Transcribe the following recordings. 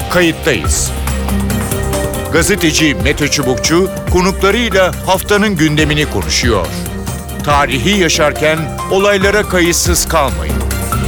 Kayıttayız. Gazeteci Mete Çubukçu konuklarıyla haftanın gündemini konuşuyor. Tarihi yaşarken olaylara kayıtsız kalmayın.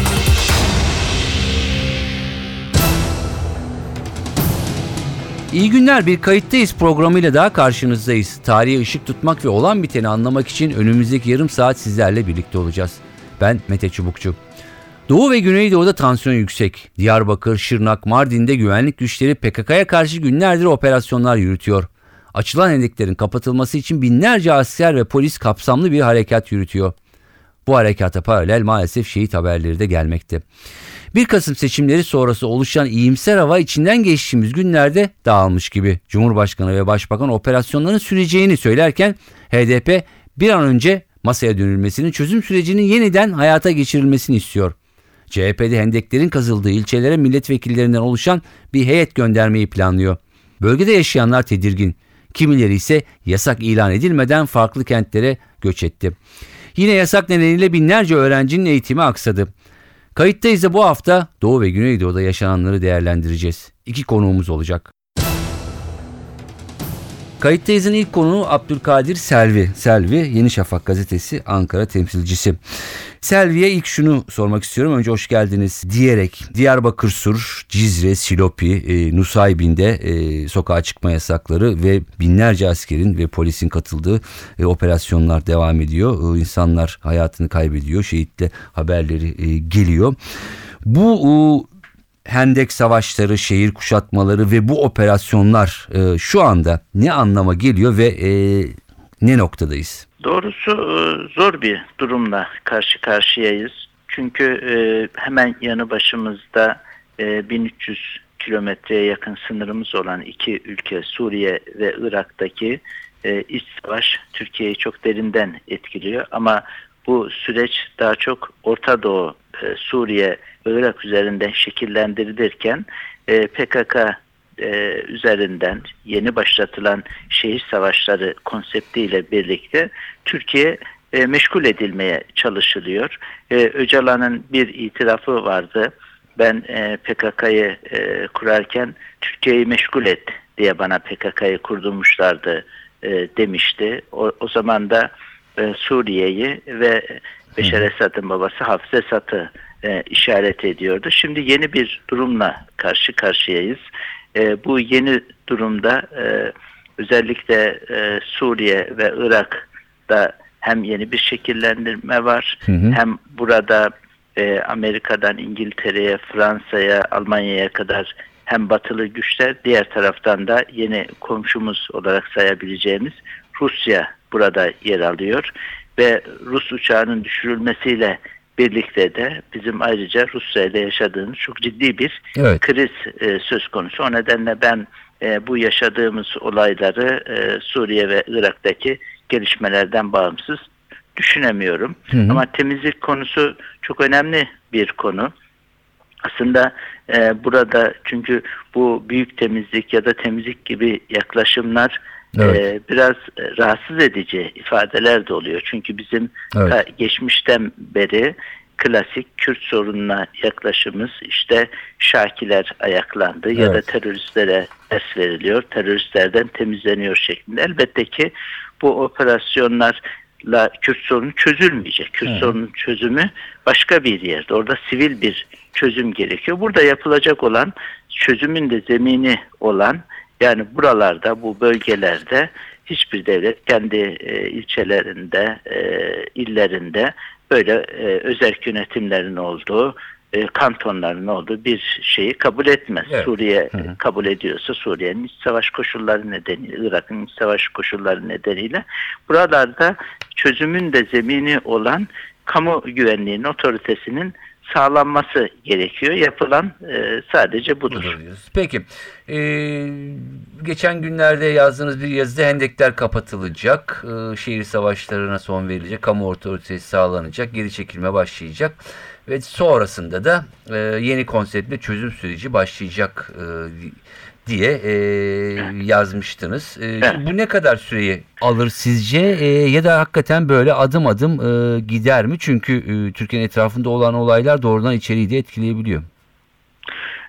İyi günler, bir Kayıttayız programıyla daha karşınızdayız. Tarihe ışık tutmak ve olan biteni anlamak için önümüzdeki yarım saat sizlerle birlikte olacağız. Ben Mete Çubukçu. Doğu ve Güneydoğu'da tansiyon yüksek. Diyarbakır, Şırnak, Mardin'de güvenlik güçleri PKK'ya karşı günlerdir operasyonlar yürütüyor. Açılan hendeklerin kapatılması için binlerce asker ve polis kapsamlı bir harekat yürütüyor. Bu harekata paralel maalesef şehit haberleri de gelmekte. 1 Kasım seçimleri sonrası oluşan iyimser hava içinden geçtiğimiz günlerde dağılmış gibi. Cumhurbaşkanı ve Başbakan operasyonların süreceğini söylerken HDP bir an önce masaya dönülmesinin, çözüm sürecinin yeniden hayata geçirilmesini istiyor. CHP'de hendeklerin kazıldığı ilçelere milletvekillerinden oluşan bir heyet göndermeyi planlıyor. Bölgede yaşayanlar tedirgin. Kimileri ise yasak ilan edilmeden farklı kentlere göç etti. Yine yasak nedeniyle binlerce öğrencinin eğitimi aksadı. Kayıttayız da bu hafta Doğu ve Güneydoğu'da yaşananları değerlendireceğiz. 2 konuğumuz olacak. Kayıttayız'ın ilk konuğu Abdülkadir Selvi. Selvi, Yeni Şafak gazetesi Ankara temsilcisi. Selvi'ye ilk şunu sormak istiyorum. Önce hoş geldiniz diyerek Diyarbakır, Sur, Cizre, Silopi, Nusaybin'de sokağa çıkma yasakları ve binlerce askerin ve polisin katıldığı operasyonlar devam ediyor. İnsanlar hayatını kaybediyor. Şehitle haberleri geliyor. Bu hendek savaşları, şehir kuşatmaları ve bu operasyonlar şu anda ne anlama geliyor ve ne noktadayız? Doğrusu zor bir durumla karşı karşıyayız. Çünkü hemen yanı başımızda 1300 kilometreye yakın sınırımız olan iki ülke, Suriye ve Irak'taki iç savaş Türkiye'yi çok derinden etkiliyor. Ama bu süreç daha çok Orta Doğu, Suriye ve Irak üzerinden şekillendirilirken PKK üzerinden yeni başlatılan şehir savaşları konseptiyle birlikte Türkiye meşgul edilmeye çalışılıyor. Öcalan'ın bir itirafı vardı. Ben PKK'yı kurarken Türkiye'yi meşgul et diye bana PKK'yı kurdurmuşlardı demişti. O zaman da Suriye'yi ve Beşar Esad'ın babası Hafız Esad'ı işaret ediyordu. Şimdi yeni bir durumla karşı karşıyayız. Bu yeni durumda özellikle Suriye ve Irak'ta hem yeni bir şekillendirme var, hem burada Amerika'dan İngiltere'ye, Fransa'ya, Almanya'ya kadar hem batılı güçler, diğer taraftan da yeni komşumuz olarak sayabileceğimiz Rusya burada yer alıyor ve Rus uçağının düşürülmesiyle birlikte de bizim ayrıca Rusya ile yaşadığımız çok ciddi bir kriz söz konusu. O nedenle ben bu yaşadığımız olayları Suriye ve Irak'taki gelişmelerden bağımsız düşünemiyorum. Ama temizlik konusu çok önemli bir konu. Aslında burada çünkü bu büyük temizlik ya da temizlik gibi yaklaşımlar biraz rahatsız edici ifadeler de oluyor. Çünkü bizim geçmişten beri klasik Kürt sorununa yaklaşımız işte Şakiler ayaklandı ya da teröristlere ders veriliyor, teröristlerden temizleniyor şeklinde. Elbette ki bu operasyonlarla Kürt sorunu çözülmeyecek. Kürt sorunun çözümü başka bir yerde. Orada sivil bir çözüm gerekiyor. Burada yapılacak olan çözümün de zemini olan, yani buralarda, bu bölgelerde hiçbir devlet kendi ilçelerinde, illerinde böyle özerk yönetimlerin olduğu, kantonların olduğu bir şeyi kabul etmez. Suriye kabul ediyorsa Suriye'nin iç savaş koşulları nedeniyle, Irak'ın iç savaş koşulları nedeniyle buralarda çözümün de zemini olan kamu güvenliğinin otoritesinin sağlanması gerekiyor. Yapılan sadece budur. Peki. Geçen günlerde yazdığınız bir yazıda hendekler kapatılacak, şehir savaşlarına son verilecek, kamu otoritesi sağlanacak, geri çekilme başlayacak ve sonrasında da yeni konseptle çözüm süreci başlayacak diye yazmıştınız. Bu ne kadar süreyi alır sizce ya da hakikaten böyle adım adım gider mi? Çünkü Türkiye'nin etrafında olan olaylar doğrudan içeriği de etkileyebiliyor.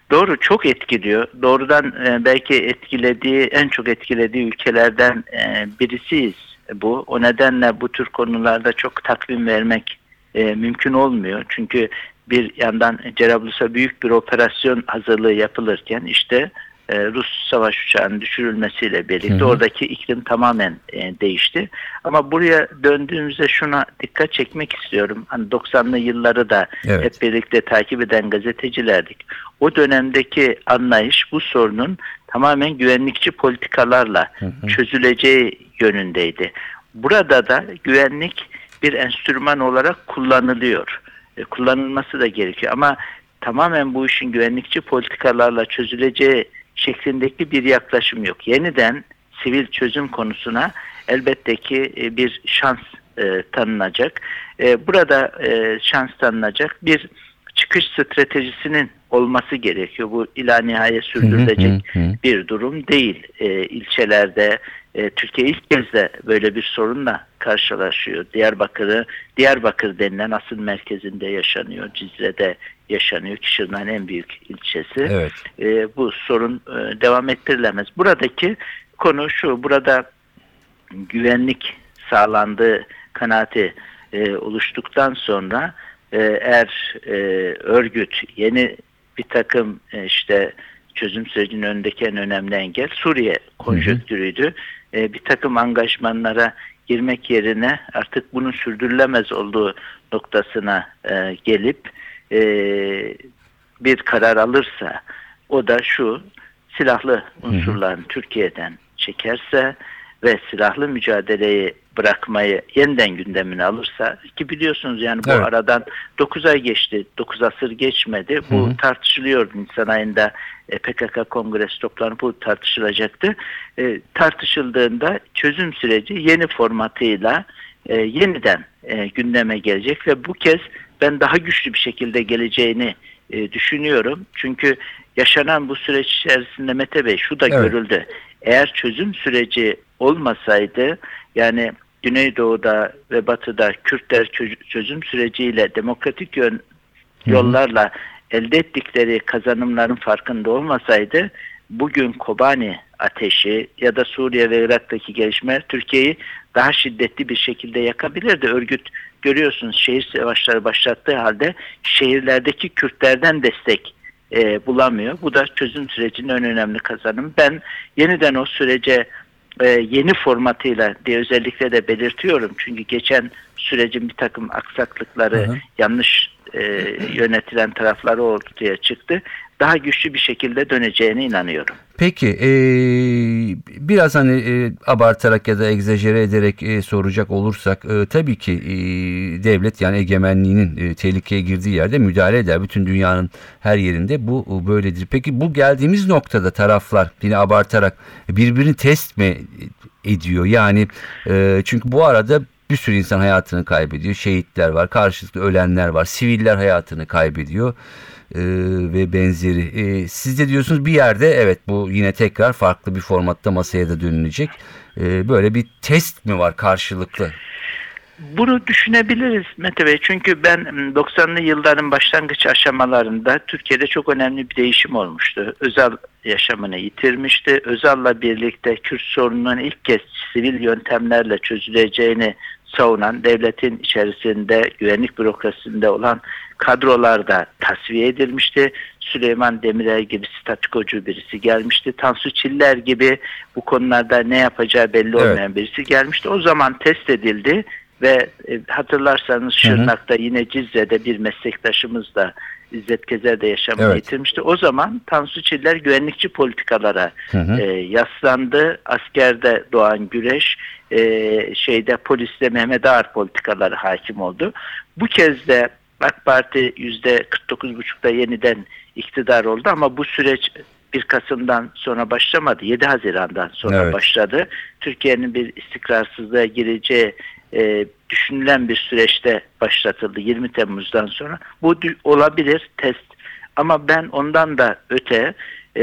Doğru, çok etkiliyor. Doğrudan belki en çok etkilediği ülkelerden birisiyiz bu. O nedenle bu tür konularda çok takvim vermek mümkün olmuyor. Çünkü bir yandan Cerablus'a büyük bir operasyon hazırlığı yapılırken işte Rus savaş uçağının düşürülmesiyle birlikte oradaki iklim tamamen değişti. Ama buraya döndüğümüzde şuna dikkat çekmek istiyorum. Hani 90'lı yılları da hep birlikte takip eden gazetecilerdik. O dönemdeki anlayış bu sorunun tamamen güvenlikçi politikalarla çözüleceği yönündeydi. Burada da güvenlik bir enstrüman olarak kullanılıyor. Kullanılması da gerekiyor ama tamamen bu işin güvenlikçi politikalarla çözüleceği şeklindeki bir yaklaşım yok. Yeniden sivil çözüm konusuna elbette ki bir şans tanınacak. Burada şans tanınacak bir çıkış stratejisinin olması gerekiyor. Bu ila nihayet sürdürülecek bir durum değil. İlçelerde Türkiye ilk kez de böyle bir sorunla karşılaşıyor. Diyarbakır denilen asıl merkezinde yaşanıyor. Cizre'de yaşanıyor. Şırnak'ın en büyük ilçesi. Evet. Bu sorun devam ettirilemez. Buradaki konu şu. Burada güvenlik sağlandığı kanaati oluştuktan sonra eğer örgüt yeni bir takım işte çözüm sürecinin önündeki en önemli engel Suriye konjonktürüydü. Bir takım angajmanlara girmek yerine artık bunun sürdürülemez olduğu noktasına gelip bir karar alırsa, o da şu: silahlı unsurların Türkiye'den çekerse ve silahlı mücadeleyi bırakmayı yeniden gündemine alırsa, ki biliyorsunuz yani bu aradan 9 ay geçti, 9 asır geçmedi. Bu tartışılıyordu Nisan ayında, PKK kongresi toplanıp bu tartışılacaktı. Tartışıldığında çözüm süreci yeni formatıyla yeniden gündeme gelecek ve bu kez ben daha güçlü bir şekilde geleceğini düşünüyorum. Çünkü yaşanan bu süreç içerisinde Mete Bey şu da görüldü. Eğer çözüm süreci olmasaydı, yani Güneydoğu'da ve Batı'da Kürtler çözüm süreciyle demokratik yollarla elde ettikleri kazanımların farkında olmasaydı, bugün Kobani ateşi ya da Suriye ve Irak'taki gelişmeler Türkiye'yi daha şiddetli bir şekilde yakabilirdi. Örgüt görüyorsunuz şehir savaşları başlattığı halde şehirlerdeki Kürtlerden destek bulamıyor. Bu da çözüm sürecinin en önemli kazanımı. Ben yeniden o sürece yeni formatıyla diye özellikle de belirtiyorum. Çünkü geçen sürecin bir takım aksaklıkları, yanlış yönetilen tarafları ortaya çıktı. Daha güçlü bir şekilde döneceğine inanıyorum. Peki biraz abartarak ya da egzajere ederek soracak olursak tabii ki devlet, yani egemenliğinin tehlikeye girdiği yerde müdahale eder. Bütün dünyanın her yerinde bu böyledir. Peki bu geldiğimiz noktada taraflar yine abartarak birbirini test mi ediyor? Yani çünkü bu arada bir sürü insan hayatını kaybediyor. Şehitler var, karşılıklı ölenler var, siviller hayatını kaybediyor. Ve benzeri. Siz de diyorsunuz bir yerde evet, bu yine tekrar farklı bir formatta masaya da dönülecek. Böyle bir test mi var karşılıklı? Bunu düşünebiliriz Mete Bey. Çünkü ben 90'lı yılların başlangıç aşamalarında Türkiye'de çok önemli bir değişim olmuştu. Özal yaşamını yitirmişti. Özal'la birlikte Kürt sorununun ilk kez sivil yöntemlerle çözüleceğini savunan, devletin içerisinde güvenlik bürokrasisinde olan kadrolar da tasfiye edilmişti. Süleyman Demirel gibi statikocu birisi gelmişti. Tansu Çiller gibi bu konularda ne yapacağı belli olmayan birisi gelmişti. O zaman test edildi ve hatırlarsanız Şırnak'ta, yine Cizre'de bir meslektaşımız da, İzzet Gezer de yaşamını yitirmişti. O zaman Tansu Çiller güvenlikçi politikalara yaslandı. Askerde Doğan Güreş, poliste Mehmet Ağar politikaları hakim oldu. Bu kez de AK Parti %49,5'da yeniden iktidar oldu ama bu süreç 1 Kasım'dan sonra başlamadı. 7 Haziran'dan sonra başladı. Türkiye'nin bir istikrarsızlığa gireceği düşünülen bir süreçte başlatıldı 20 Temmuz'dan sonra. Bu olabilir test, ama ben ondan da öte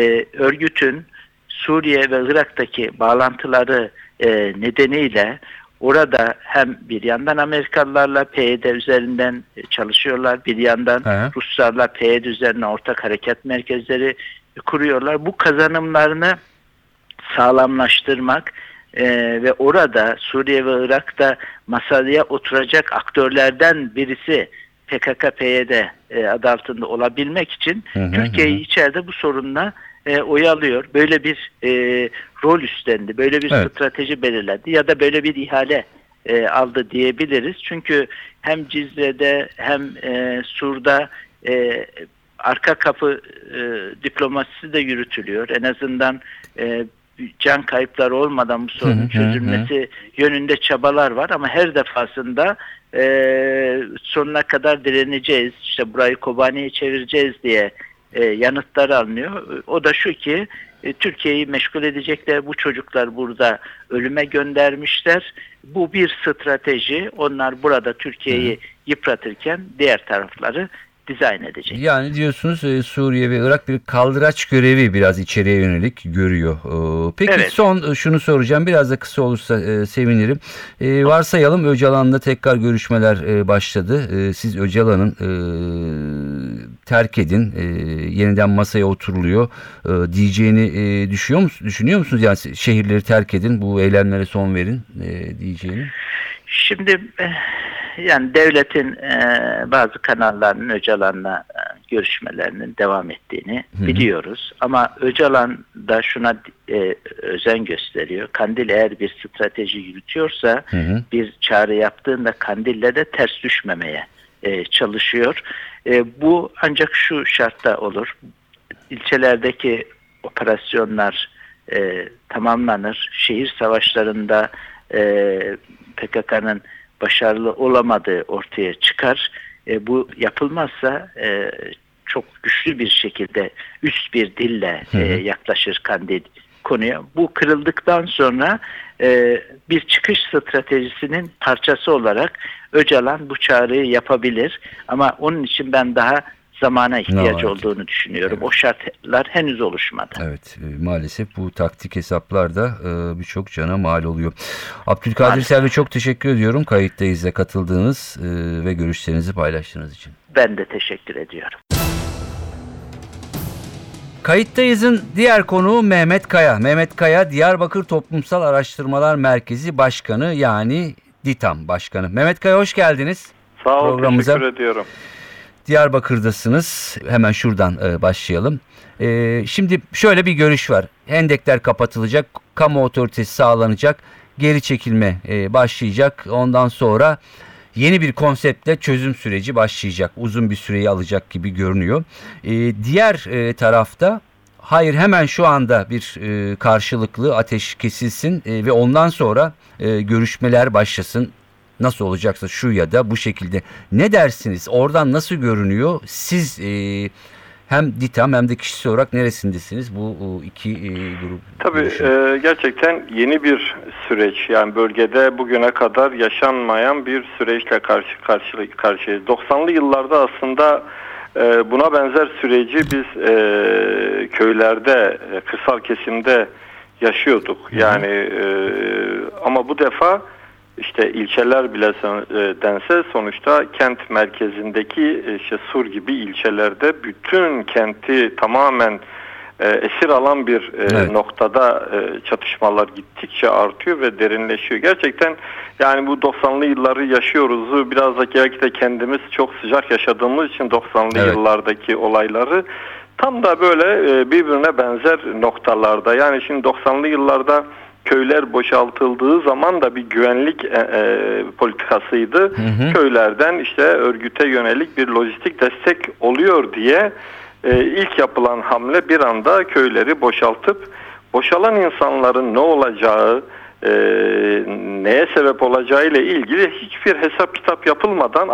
örgütün Suriye ve Irak'taki bağlantıları nedeniyle orada hem bir yandan Amerikalılarla PYD üzerinden çalışıyorlar, bir yandan Ruslarla PYD üzerine ortak hareket merkezleri kuruyorlar. Bu kazanımlarını sağlamlaştırmak ve orada Suriye ve Irak'ta masaya oturacak aktörlerden birisi PKK-PYD adı altında olabilmek için Türkiye'yi içeride bu sorunla oyalıyor. Böyle bir rol üstlendi, böyle bir strateji belirledi ya da böyle bir ihale aldı diyebiliriz. Çünkü hem Cizre'de hem Sur'da arka kapı diplomasisi de yürütülüyor. En azından can kayıpları olmadan bu sorunun çözülmesi yönünde çabalar var ama her defasında sonuna kadar direneceğiz, işte burayı Kobani'ye çevireceğiz diye yanıtlar alınıyor. O da şu ki Türkiye'yi meşgul edecekler, bu çocuklar burada ölüme göndermişler. Bu bir strateji. Onlar burada Türkiye'yi yıpratırken diğer tarafları dizayn edecek. Yani diyorsunuz Suriye ve Irak bir kaldıraç görevi biraz içeriye yönelik görüyor. Peki son şunu soracağım. Biraz da kısa olursa sevinirim. Varsayalım Öcalan'la tekrar görüşmeler başladı. Siz Öcalan'ın terk edin, yeniden masaya oturuluyor diyeceğini düşünüyor musunuz? Yani şehirleri terk edin, bu eylemlere son verin diyeceğini. Şimdi yani devletin bazı kanallarının Öcalan'la görüşmelerinin devam ettiğini biliyoruz. Ama Öcalan da şuna özen gösteriyor. Kandil eğer bir strateji yürütüyorsa bir çağrı yaptığında Kandil'le de ters düşmemeye çalışıyor. Bu ancak şu şartta olur. İlçelerdeki operasyonlar tamamlanır. Şehir savaşlarında PKK'nın başarılı olamadığı ortaya çıkar. Bu yapılmazsa çok güçlü bir şekilde üst bir dille yaklaşır Kandil konuya. Bu kırıldıktan sonra bir çıkış stratejisinin parçası olarak Öcalan bu çağrıyı yapabilir. Ama onun için ben daha zamana ihtiyacı olduğunu düşünüyorum. O şartlar henüz oluşmadı. Evet, maalesef bu taktik hesaplar da birçok cana mal oluyor. Abdülkadir Selvi, çok teşekkür ediyorum Kayıttayız'a katıldığınız ve görüşlerinizi paylaştığınız için. Ben de teşekkür ediyorum. Kayıttayız'ın diğer konuğu Mehmet Kaya. Mehmet Kaya, Diyarbakır Toplumsal Araştırmalar Merkezi Başkanı, yani DİTAM Başkanı. Mehmet Kaya, hoş geldiniz. Sağ olun, teşekkür ediyorum. Diyarbakır'dasınız. Hemen şuradan başlayalım. Şimdi şöyle bir görüş var. Hendekler kapatılacak, kamu otoritesi sağlanacak, geri çekilme başlayacak. Ondan sonra yeni bir konseptle çözüm süreci başlayacak. Uzun bir süreyi alacak gibi görünüyor. Diğer tarafta hayır, hemen şu anda bir karşılıklı ateş kesilsin ve ondan sonra görüşmeler başlasın. Nasıl olacaksa şu ya da bu şekilde. Ne dersiniz? Oradan nasıl görünüyor? Siz hem DİTAM hem de kişisel olarak neresindesiniz bu iki grup? Tabii gerçekten yeni bir süreç. Yani bölgede bugüne kadar yaşanmayan bir süreçle karşıyayız. 90'lı yıllarda aslında buna benzer süreci biz köylerde, kırsal kesimde yaşıyorduk. Yani ama bu defa İşte ilçeler bile dense sonuçta kent merkezindeki işte Sur gibi ilçelerde bütün kenti tamamen esir alan bir noktada çatışmalar gittikçe artıyor ve derinleşiyor. Gerçekten yani bu 90'lı yılları yaşıyoruz. Biraz da belki de kendimiz çok sıcak yaşadığımız için 90'lı yıllardaki olayları tam da böyle birbirine benzer noktalarda. Yani şimdi 90'lı yıllarda köyler boşaltıldığı zaman da bir güvenlik politikasıydı. Köylerden işte örgüte yönelik bir lojistik destek oluyor diye ilk yapılan hamle bir anda köyleri boşaltıp boşalan insanların ne olacağı, neye sebep olacağı ile ilgili hiçbir hesap kitap yapılmadan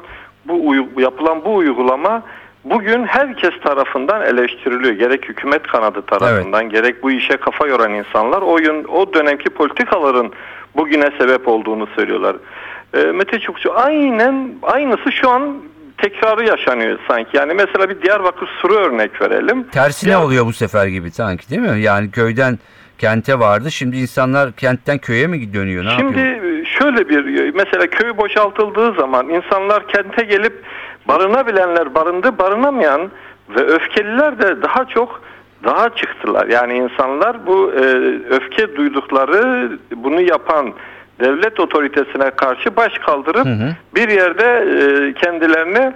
yapılan bu uygulama bugün herkes tarafından eleştiriliyor. Gerek hükümet kanadı tarafından, gerek bu işe kafa yoran insanlar o dönemki politikaların bugüne sebep olduğunu söylüyorlar. Mete Çubukçu, aynısı şu an tekrarı yaşanıyor sanki. Yani mesela bir Diyarbakır Sur'u örnek verelim. Tersine oluyor bu sefer gibi sanki, değil mi? Yani köyden kente vardı. Şimdi insanlar kentten köye mi dönüyor? Ne yapıyor? Şimdi şöyle bir, mesela köy boşaltıldığı zaman insanlar kente gelip barınabilenler barındı, barınamayan ve öfkeliler de daha çıktılar. Yani insanlar bu öfke duydukları, bunu yapan devlet otoritesine karşı baş kaldırıp bir yerde kendilerini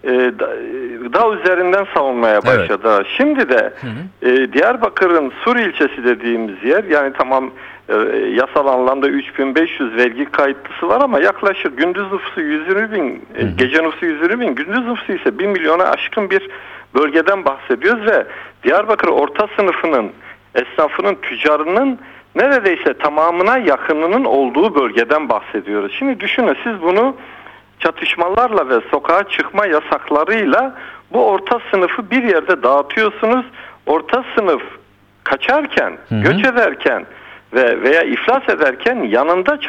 dağ üzerinden savunmaya başladı. Evet. Şimdi de Diyarbakır'ın Sur ilçesi dediğimiz yer, yani tamam yasal anlamda 3500 vergi kayıtlısı var ama yaklaşık gündüz nüfusu 120 bin, gece nüfusu 120 bin, gündüz nüfusu ise 1 milyona aşkın bir bölgeden bahsediyoruz ve Diyarbakır orta sınıfının, esnafının, tüccarının neredeyse tamamına yakınının olduğu bölgeden bahsediyoruz. Şimdi düşünün, siz bunu çatışmalarla ve sokağa çıkma yasaklarıyla bu orta sınıfı bir yerde dağıtıyorsunuz. Orta sınıf kaçarken, göç ederken veya iflas ederken yanında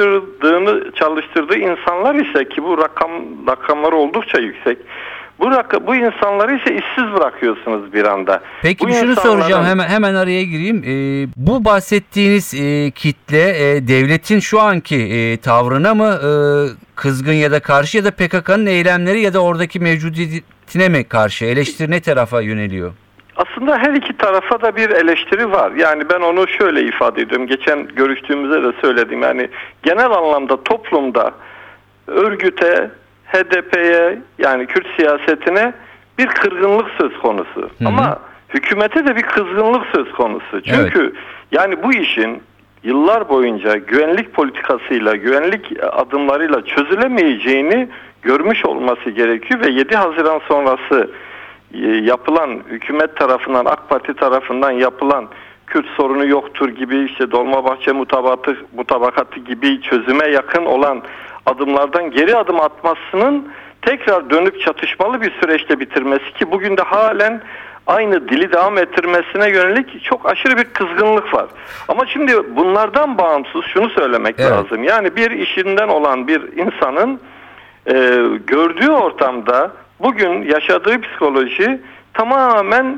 çalıştırdığı insanlar ise, ki bu rakamları oldukça yüksek. Bu insanları ise işsiz bırakıyorsunuz bir anda. Peki şunu soracağım, hemen araya gireyim. Bu bahsettiğiniz kitle devletin şu anki tavrına mı kızgın ya da karşı, ya da PKK'nın eylemleri ya da oradaki mevcudiyetine mi karşı, eleştiri ne tarafa yöneliyor? Aslında her iki tarafa da bir eleştiri var. Yani ben onu şöyle ifade ediyorum. Geçen görüştüğümüzde de söyledim. Yani genel anlamda toplumda örgüte, HDP'ye, yani Kürt siyasetine bir kırgınlık söz konusu. Ama hükümete de bir kızgınlık söz konusu. Çünkü yani bu işin yıllar boyunca güvenlik politikasıyla, güvenlik adımlarıyla çözülemeyeceğini görmüş olması gerekiyor ve 7 Haziran sonrası yapılan, hükümet tarafından, AK Parti tarafından yapılan Kürt sorunu yoktur gibi, işte Dolmabahçe mutabakatı gibi çözüme yakın olan adımlardan geri adım atmasının tekrar dönüp çatışmalı bir süreçte bitirmesi, ki bugün de halen aynı dili devam ettirmesine yönelik çok aşırı bir kızgınlık var. Ama şimdi bunlardan bağımsız şunu söylemek lazım. Yani bir işinden olan bir insanın gördüğü ortamda bugün yaşadığı psikoloji tamamen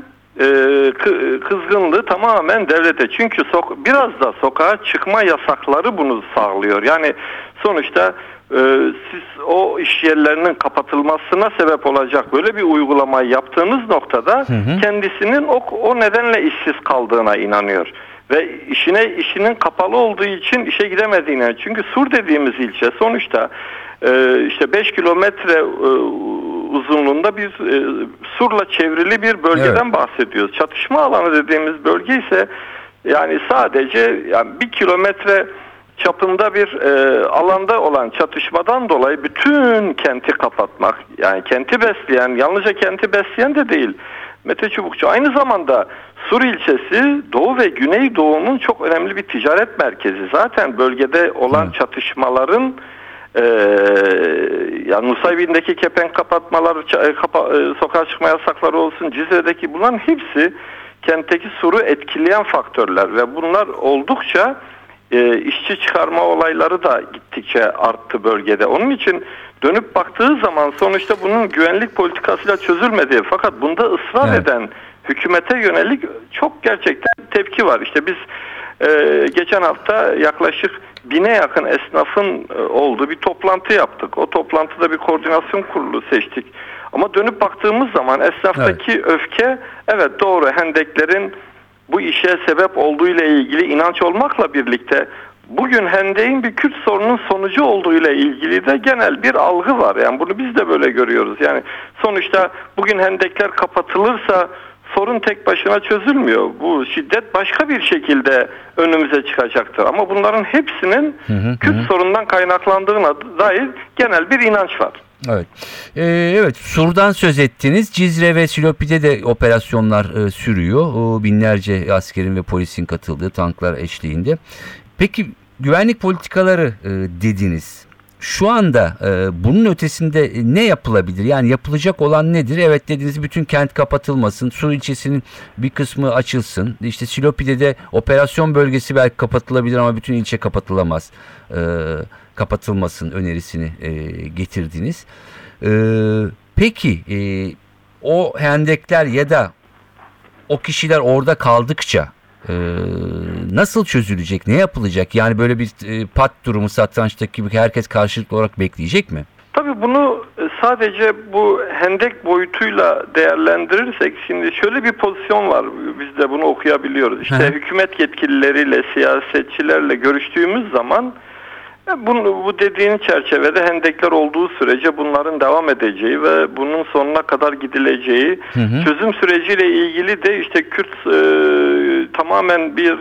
kızgınlığı tamamen devlete. Çünkü biraz da sokağa çıkma yasakları bunu sağlıyor. Yani sonuçta siz o iş yerlerinin kapatılmasına sebep olacak böyle bir uygulamayı yaptığınız noktada kendisinin o nedenle işsiz kaldığına inanıyor. Ve işinin kapalı olduğu için işe gidemediğine. Çünkü Sur dediğimiz ilçe sonuçta işte 5 kilometre uzunluğunda bir surla çevrili bir bölgeden bahsediyoruz. Çatışma alanı dediğimiz bölge ise yani sadece 1 kilometre çapında bir alanda olan çatışmadan dolayı bütün kenti kapatmak, yani kenti besleyen, yalnızca kenti besleyen de değil Mete Çubukçu, aynı zamanda Sur ilçesi Doğu ve Güneydoğu'nun çok önemli bir ticaret merkezi. Zaten bölgede olan çatışmaların yani Nusaybin'deki kepenk kapatmaları, sokağa çıkma yasakları olsun, Cizre'deki, bunların hepsi kentteki Sur'u etkileyen faktörler ve bunlar oldukça işçi çıkarma olayları da gittikçe arttı bölgede. Onun için dönüp baktığı zaman sonuçta bunun güvenlik politikasıyla çözülmediği, fakat bunda ısrar eden hükümete yönelik çok gerçekten tepki var. İşte biz geçen hafta yaklaşık 1000'e yakın esnafın olduğu bir toplantı yaptık. O toplantıda bir koordinasyon kurulu seçtik. Ama dönüp baktığımız zaman esnaftaki öfke, evet doğru, hendeklerin bu işe sebep olduğu ile ilgili inanç olmakla birlikte bugün hendeğin bir Kürt sorunun sonucu olduğu ile ilgili de genel bir algı var. Yani bunu biz de böyle görüyoruz. Yani sonuçta bugün hendekler kapatılırsa sorun tek başına çözülmüyor. Bu şiddet başka bir şekilde önümüze çıkacaktır. Ama bunların hepsinin Kürt sorundan kaynaklandığına dair genel bir inanç var. Evet. Evet, Sur'dan söz ettiniz. Cizre ve Silopi'de de operasyonlar sürüyor. Binlerce askerin ve polisin katıldığı, tanklar eşliğinde. Peki güvenlik politikaları dediniz. Şu anda bunun ötesinde ne yapılabilir? Yani yapılacak olan nedir? Evet dediniz, bütün kent kapatılmasın. Sur ilçesinin bir kısmı açılsın. İşte Silopi'de de operasyon bölgesi belki kapatılabilir ama bütün ilçe kapatılamaz. Kapatılmasın önerisini getirdiniz. Peki o hendekler ya da o kişiler orada kaldıkça Nasıl çözülecek? Ne yapılacak? Yani böyle bir pat durumu satrançtaki gibi herkes karşılıklı olarak bekleyecek mi? Tabii bunu sadece bu hendek boyutuyla değerlendirirsek, şimdi şöyle bir pozisyon var, biz de bunu okuyabiliyoruz. İşte hükümet yetkilileriyle, siyasetçilerle görüştüğümüz zaman bu dediğin çerçevede hendekler olduğu sürece bunların devam edeceği ve bunun sonuna kadar gidileceği, çözüm süreciyle ilgili de işte Kürt tamamen bir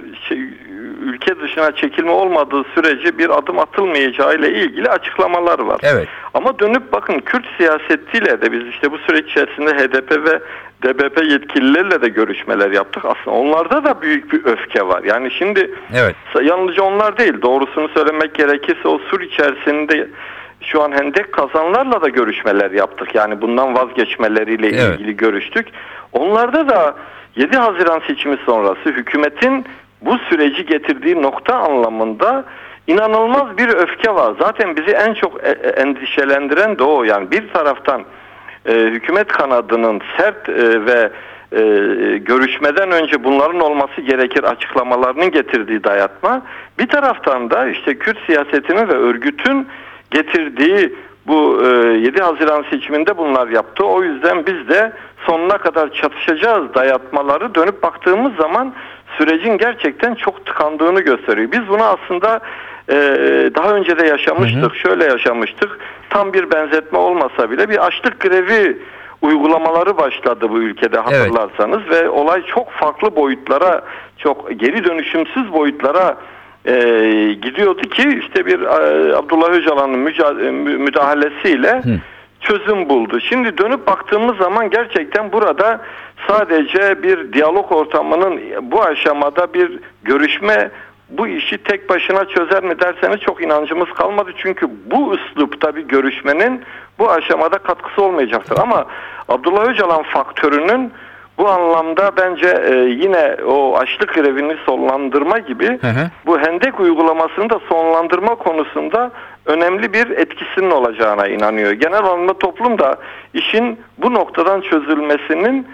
ülke dışına çekilme olmadığı sürece bir adım atılmayacağı ile ilgili açıklamalar var. Evet. Ama dönüp bakın, Kürt siyasetiyle de biz işte bu süreç içerisinde HDP ve DBP yetkililerle de görüşmeler yaptık. Aslında onlarda da büyük bir öfke var. Yani şimdi yalnızca onlar değil, doğrusunu söylemek gerekirse o sur içerisinde şu an hendek kazanlarla da görüşmeler yaptık. Yani bundan vazgeçmeleriyle ilgili görüştük. Onlarda da 7 Haziran seçimi sonrası hükümetin bu süreci getirdiği nokta anlamında inanılmaz bir öfke var. Zaten bizi en çok endişelendiren de o. Yani bir taraftan hükümet kanadının sert ve görüşmeden önce bunların olması gerekir açıklamalarının getirdiği dayatma. Bir taraftan da işte Kürt siyasetinin ve örgütün getirdiği bu 7 Haziran seçiminde bunlar yaptı. O yüzden biz de sonuna kadar çatışacağız dayatmaları dönüp baktığımız zaman sürecin gerçekten çok tıkandığını gösteriyor. Biz bunu aslında daha önce de yaşamıştık. Şöyle yaşamıştık. Tam bir benzetme olmasa bile bir açlık grevi uygulamaları başladı bu ülkede, hatırlarsanız. Ve olay çok farklı boyutlara, çok geri dönüşümsüz boyutlara gidiyordu ki işte bir Abdullah Öcalan'ın müdahalesiyle çözüm buldu. Şimdi dönüp baktığımız zaman gerçekten burada sadece bir diyalog ortamının bu aşamada bir görüşme bu işi tek başına çözer mi derseniz çok inancımız kalmadı. Çünkü bu üslupta bir görüşmenin bu aşamada katkısı olmayacaktır. Ama Abdullah Öcalan faktörünün bu anlamda bence yine o açlık grevini sonlandırma gibi bu hendek uygulamasını da sonlandırma konusunda önemli bir etkisinin olacağına inanıyor. Genel anlamda toplum da işin bu noktadan çözülmesinin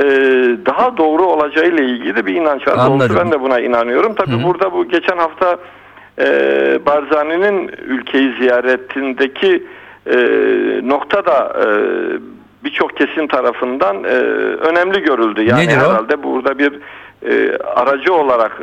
daha doğru olacağı ile ilgili de bir inanç var. Doğrusu ben de buna inanıyorum. Tabii burada bu geçen hafta Barzani'nin ülkeyi ziyaretindeki nokta da birçok kesim tarafından önemli görüldü. Yani nedir herhalde burada bir aracı olarak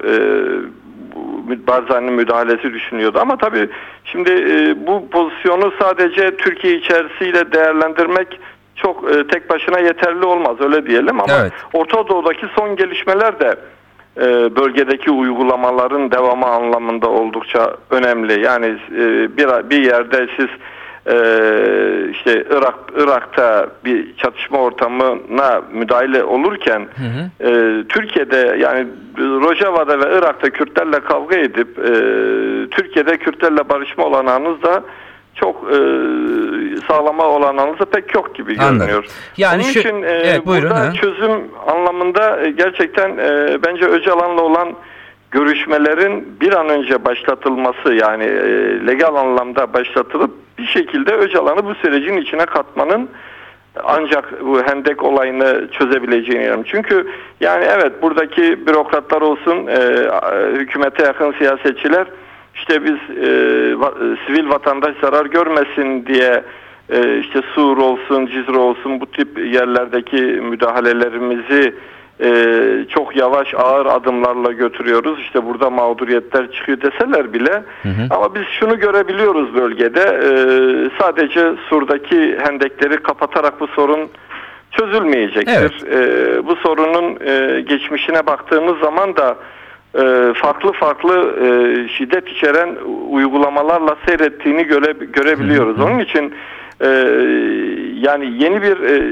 Barzani'nin müdahalesi düşünüyordu. Ama tabii şimdi bu pozisyonu sadece Türkiye içerisiyle değerlendirmek çok tek başına yeterli olmaz, öyle diyelim. Ama Orta Doğu'daki son gelişmeler de bölgedeki uygulamaların devamı anlamında oldukça önemli. Yani bir yerde siz işte Irak'ta bir çatışma ortamına müdahale olurken Türkiye'de, yani Rojava'da ve Irak'ta Kürtlerle kavga edip Türkiye'de Kürtlerle barışma olanağınız da çok sağlama olanağınız da pek yok gibi görünüyor. Yani onun için burada çözüm anlamında gerçekten bence Öcalan'la olan görüşmelerin bir an önce başlatılması, yani legal anlamda başlatılıp bir şekilde Öcalan'ı bu sürecin içine katmanın ancak bu hendek olayını çözebileceğini inanıyorum. Çünkü yani evet, buradaki bürokratlar olsun, hükümete yakın siyasetçiler işte biz sivil vatandaş zarar görmesin diye işte Sur olsun, Cizre olsun, bu tip yerlerdeki müdahalelerimizi çok yavaş, ağır adımlarla götürüyoruz. İşte burada mağduriyetler çıkıyor deseler bile, ama biz şunu görebiliyoruz bölgede, sadece Sur'daki hendekleri kapatarak bu sorun çözülmeyecektir. Bu sorunun geçmişine baktığımız zaman da farklı şiddet içeren uygulamalarla seyrettiğini görebiliyoruz. Onun için yani yeni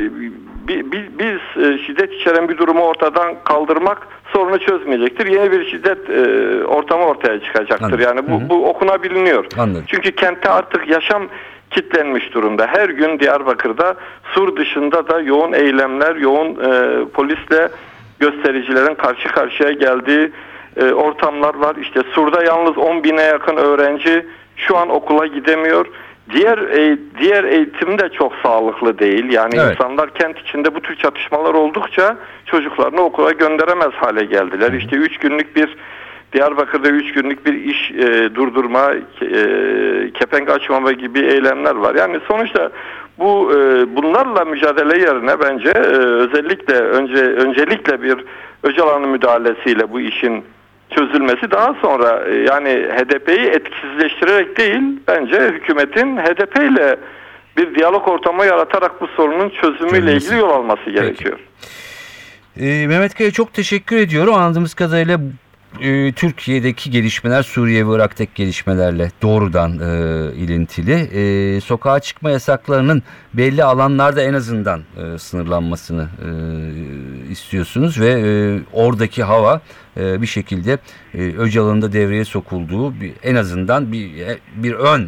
biz şiddet içeren bir durumu ortadan kaldırmak sorunu çözmeyecektir. Yeni bir şiddet ortamı ortaya çıkacaktır. Anladım. Yani bu okunabiliyor. Anladım. Çünkü kentte artık yaşam kitlenmiş durumda. Her gün Diyarbakır'da, Sur dışında da yoğun eylemler, yoğun polisle göstericilerin karşı karşıya geldiği ortamlar var. İşte Sur'da yalnız 10.000'e yakın öğrenci şu an okula gidemiyor. Diğer eğitim de çok sağlıklı değil. Yani Evet. insanlar kent içinde bu tür çatışmalar oldukça çocuklarını okula gönderemez hale geldiler. İşte Diyarbakır'da 3 günlük bir iş durdurma, kepenk açmama gibi eylemler var. Yani sonuçta bunlarla mücadele yerine bence öncelikle bir Öcalan'ın müdahalesiyle bu işin çözülmesi, daha sonra yani HDP'yi etkisizleştirerek değil, bence hükümetin HDP ile bir diyalog ortamı yaratarak bu sorunun çözümüyle ilgili yol alması gerekiyor. Mehmet Kaya, çok teşekkür ediyorum. Anladığımız kadarıyla Türkiye'deki gelişmeler Suriye ve Irak'taki gelişmelerle doğrudan ilintili. Sokağa çıkma yasaklarının belli alanlarda en azından sınırlanmasını istiyorsunuz ve oradaki hava bir şekilde Öcalan'ın da devreye sokulduğu en azından bir ön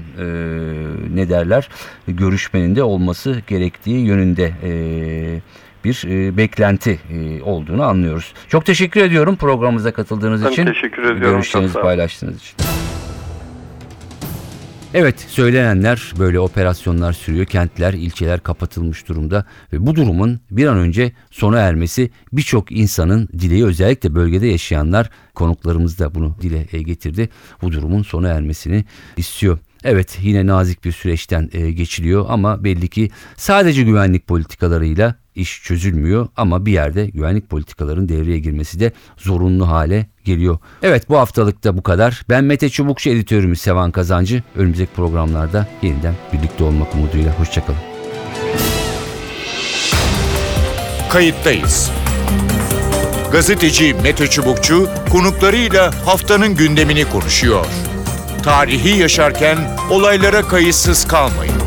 görüşmenin de olması gerektiği yönünde bir beklenti olduğunu anlıyoruz. Çok teşekkür ediyorum programımıza katıldığınız için. Ben teşekkür ediyorum. Görüşlerinizi paylaştığınız için. Evet, söylenenler böyle, operasyonlar sürüyor. Kentler, ilçeler kapatılmış durumda ve bu durumun bir an önce sona ermesi birçok insanın dileği, özellikle bölgede yaşayanlar, konuklarımız da bunu dile getirdi. Bu durumun sona ermesini istiyor. Evet, yine nazik bir süreçten geçiliyor ama belli ki sadece güvenlik politikalarıyla iş çözülmüyor, ama bir yerde güvenlik politikalarının devreye girmesi de zorunlu hale geliyor. Evet, bu haftalık da bu kadar. Ben Mete Çubukçu, editörümüz Sevan Kazancı. Önümüzdeki programlarda yeniden birlikte olmak umuduyla. Hoşçakalın. Kayıttayız. Gazeteci Mete Çubukçu konuklarıyla haftanın gündemini konuşuyor. Tarihi yaşarken olaylara kayıtsız kalmayın.